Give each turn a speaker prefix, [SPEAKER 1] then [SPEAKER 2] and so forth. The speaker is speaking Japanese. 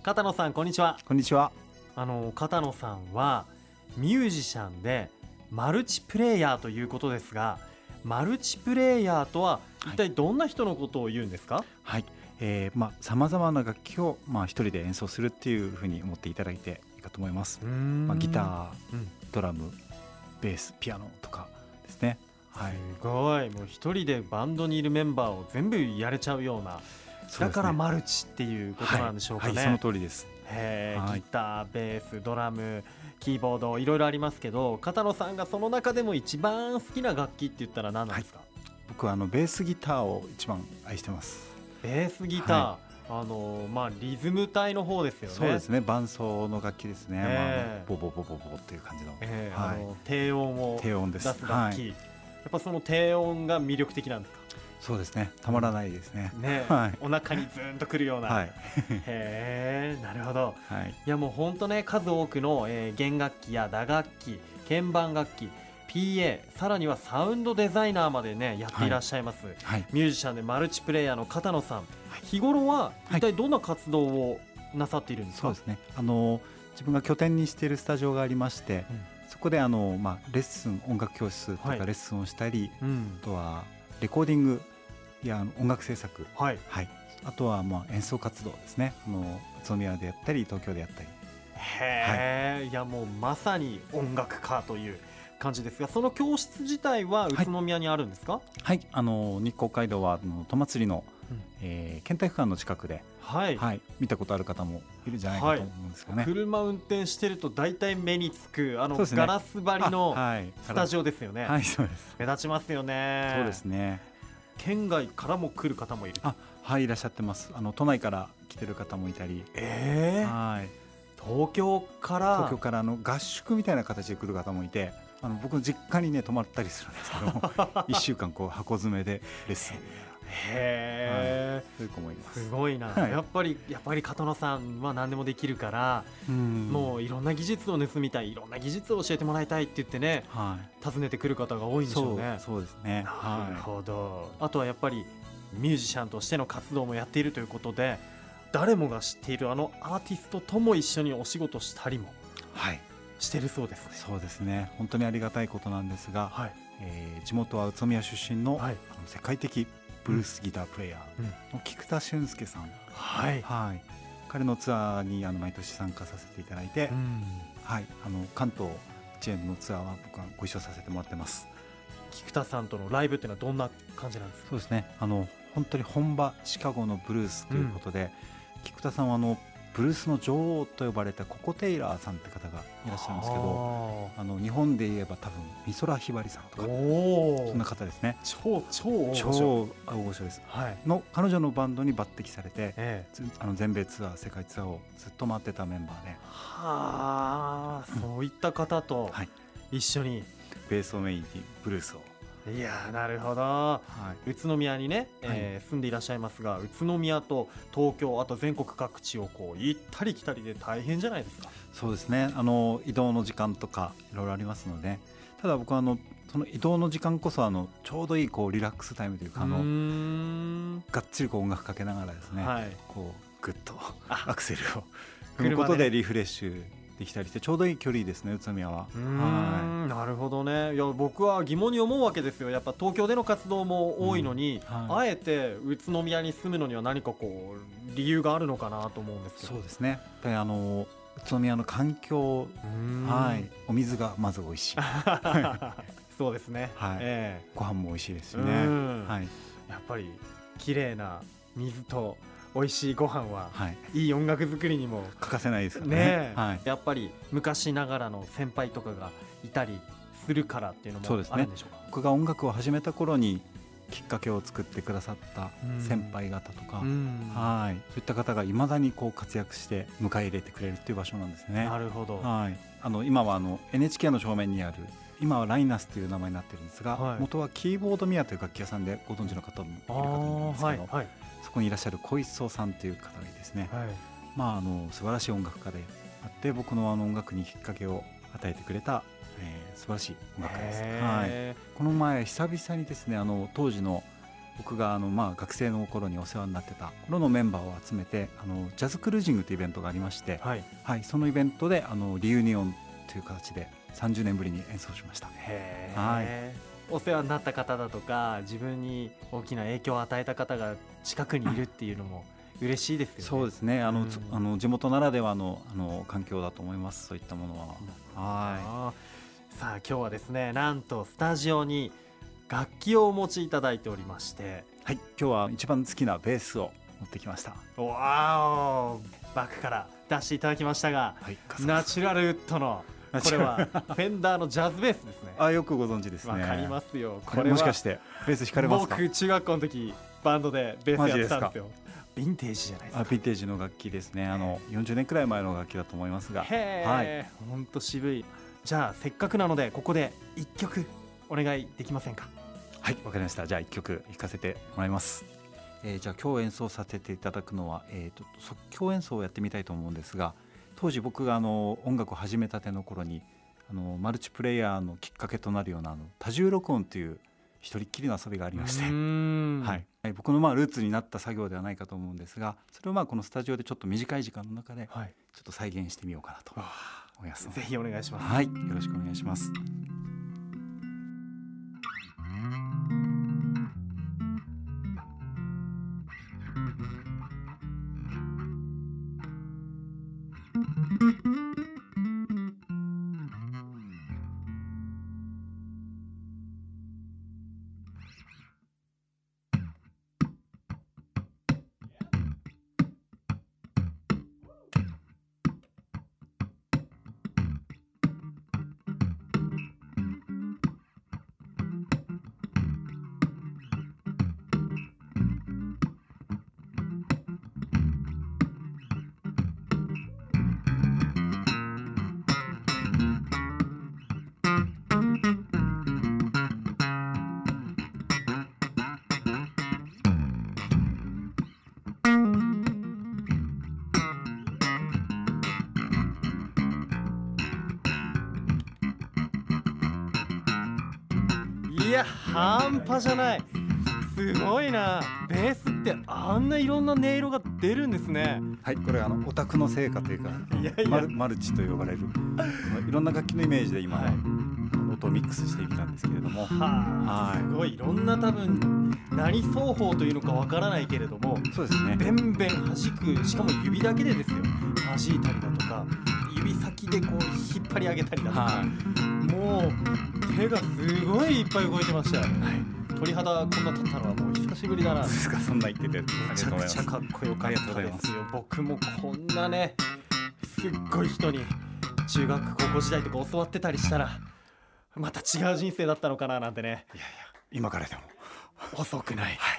[SPEAKER 1] 片野さんこんにちは。
[SPEAKER 2] こんにちは。
[SPEAKER 1] 片野さんはミュージシャンでマルチプレイヤーということですが、マルチプレイヤーとは一体どんな人のことを言うんですか？
[SPEAKER 2] はい、さまざまな楽器を一人で演奏するっていうふうに思っていただいていいかと思います。ギター、ドラム、ベース、ピアノとかですね。はい、
[SPEAKER 1] すごい、もう一人でバンドにいるメンバーを全部やれちゃうような、だからマルチっていうことなんでしょうかね。
[SPEAKER 2] はい、その通りです。
[SPEAKER 1] ギター、ベース、ドラム、キーボードいろいろありますけど、片野さんがその中でも一番好きな楽器って言ったら何なんですか？
[SPEAKER 2] 僕はベースギターを一番愛してます。
[SPEAKER 1] ベースギター、リズム体の方ですよね。
[SPEAKER 2] そうですね、伴奏の楽器ですね。ボボボボボっていう感じの、
[SPEAKER 1] 低音を出す楽器、やっぱその低音が魅力的なんですか？
[SPEAKER 2] そうですね、たまらないですね。
[SPEAKER 1] お腹にズーンとくるような、なるほど。いやもう本当ね、数多くの、弦楽器や打楽器、鍵盤楽器、PA、さらにはサウンドデザイナーまでねやっていらっしゃいます、ミュージシャンでマルチプレイヤーの片野さん、日頃は一体どんな活動をなさっているんですか？
[SPEAKER 2] そうですね、自分が拠点にしているスタジオがありまして、そこでレッスン、音楽教室とかレッスンをしたり、あとはレコーディングや音楽制作、あとは演奏活動ですね。宇都宮でやったり東京でやったり。
[SPEAKER 1] いやもうまさに音楽家という感じですが、その教室自体は宇都宮にあるんですか？
[SPEAKER 2] はい、日光街道は戸祭の、県体育館の近くで、見たことある方もいるんじゃないかと思うんですよね。
[SPEAKER 1] 車運転してると大体目につくガラス張りのスタジオですよね。
[SPEAKER 2] そうです。
[SPEAKER 1] 目立ちますよね。
[SPEAKER 2] そうですね。
[SPEAKER 1] 県外からも来る方もいる。
[SPEAKER 2] いらっしゃってます。都内から来てる方もいたり、
[SPEAKER 1] 東京から
[SPEAKER 2] 合宿みたいな形で来る方もいて、僕の実家にね泊まったりするんですけど1週間箱詰めでレッスン。そういう子もいます。
[SPEAKER 1] すごいな、やっぱり片野さんは何でもできるから、もういろんな技術を盗みたい、いろんな技術を教えてもらいたいって言ってね、訪ねてくる方が多いんでしょうね。
[SPEAKER 2] そうですね。
[SPEAKER 1] なるほど。あとはやっぱりミュージシャンとしての活動もやっているということで、誰もが知っているアーティストとも一緒にお仕事したりもしてるそうですね。
[SPEAKER 2] そうですね、本当にありがたいことなんですが、地元は宇都宮出身の、世界的ブルースギタープレイヤーの菊田俊介さん、彼のツアーに毎年参加させていただいて、関東一円のツアーは僕はご一緒させてもらってます。
[SPEAKER 1] 菊田さんとのライブっていうのはどんな感じなんですか？
[SPEAKER 2] そうですね、本当に本場シカゴのブルースということで、菊田さんはブルースの女王と呼ばれたココ・テイラーさんって方がいらっしゃるんですけど、日本で言えば多分美空ひばりさんとか、そんな方ですね。
[SPEAKER 1] 超大御所です、
[SPEAKER 2] の彼女のバンドに抜擢されて、全米ツアー、世界ツアーをずっと回ってたメンバーで、
[SPEAKER 1] そういった方と一緒に
[SPEAKER 2] ベースをメインにブルースを。
[SPEAKER 1] いやなるほど、宇都宮にね、住んでいらっしゃいますが、宇都宮と東京、あと全国各地を行ったり来たりで大変じゃないですか？
[SPEAKER 2] そうですね、移動の時間とかいろいろありますので、ただ僕はその移動の時間こそちょうどいいリラックスタイムというか、がっつり音楽かけながらですね、グッとアクセルを踏むことでリフレッシュできたりして、ちょうどいい距離ですね、宇都宮は。
[SPEAKER 1] なるほどね。いや僕は疑問に思うわけですよ。やっぱ東京での活動も多いのに、あえて宇都宮に住むのには何か理由があるのかなと思うんですけど。
[SPEAKER 2] そうですね、やっぱり宇都宮の環境、お水がまず美味しい
[SPEAKER 1] そうですね、
[SPEAKER 2] ご飯も美味しいですしね、
[SPEAKER 1] やっぱり綺麗な水と美味しいご飯は、いい音楽作りにも
[SPEAKER 2] 欠かせないですからね。
[SPEAKER 1] やっぱり昔ながらの先輩とかがいたりするからっていうのもあるんでしょうか？
[SPEAKER 2] 僕が音楽を始めた頃にきっかけを作ってくださった先輩方とか、そういった方がいまだに活躍して迎え入れてくれるっていう場所なんですね。
[SPEAKER 1] なるほど。
[SPEAKER 2] 今はNHK の正面にある、今はライナスという名前になってるんですが、元はキーボードミアという楽器屋さんでご存知の方もいるかと思うんですけど、そこにいらっしゃる小磯さんという方がいいですね。素晴らしい音楽家であって、僕の音楽にきっかけを与えてくれた、素晴らしい音楽家です。この前久々にですね、当時の僕が学生の頃にお世話になってた頃のメンバーを集めてジャズクルージングというイベントがありまして、はいはい、そのイベントでリユニオンという形で30年ぶりに演奏しました。
[SPEAKER 1] へー、はい、お世話になった方だとか自分に大きな影響を与えた方が近くにいるっていうのも嬉しいですよね。
[SPEAKER 2] そうですね、地元ならではの環境だと思います。そういったものは。
[SPEAKER 1] はい。さあ今日はですね、なんとスタジオに楽器をお持ちいただいておりまして、
[SPEAKER 2] はい、今日は一番好きなベースを持ってきました。
[SPEAKER 1] わー、バッグから出していただきましたが、はい、ナチュラルウッドのこれはフェンダーのジャズベースですね。
[SPEAKER 2] あ、よくご存知ですね。
[SPEAKER 1] わかりますよ。
[SPEAKER 2] これもしかしてベース弾かれますか？
[SPEAKER 1] 僕中学校の時バンドでベースやってたんですよ。ヴィンテージじゃないですか。
[SPEAKER 2] ヴィンテージの楽器ですね。40年くらい前の楽器だと思いますが、
[SPEAKER 1] はい、ほんと渋い。じゃあせっかくなのでここで1曲お願いできませんか？
[SPEAKER 2] はい、わかりました。じゃあ1曲弾かせてもらいます。じゃあ今日演奏させていただくのは、即興演奏をやってみたいと思うんですが、当時僕が音楽を始めたての頃にマルチプレイヤーのきっかけとなるような多重録音という一人っきりの遊びがありまして、はい、僕のルーツになった作業ではないかと思うんですが、それをこのスタジオでちょっと短い時間の中でちょっと再現してみようかなと思います。
[SPEAKER 1] ぜひお願いします。
[SPEAKER 2] はい、よろしくお願いします。
[SPEAKER 1] いや半端じゃない。すごいな。ベースってあんないろんな音色が出るんですね。
[SPEAKER 2] はい、これオタクの成果というかマルチと呼ばれるいろんな楽器のイメージで今、音をミックスしてみたんですけれども、
[SPEAKER 1] すごいいろんな多分何奏法というのかわからないけれども、
[SPEAKER 2] そうですね、
[SPEAKER 1] ベンベン弾く、しかも指だけでですよ。弾いたりだとか指先でこう引っ張り上げたりだとか、もう手がすごいいっぱい動いてましたよ。鳥肌こんな立ったのはもう久しぶりだな。
[SPEAKER 2] そんな言ってて
[SPEAKER 1] めちゃくちゃかっこよかったですよ。僕もこんなねすっごい人に中学高校時代とか教わってたりしたらまた違う人生だったのかななんてね。
[SPEAKER 2] いやいや、今からでも
[SPEAKER 1] 遅くない。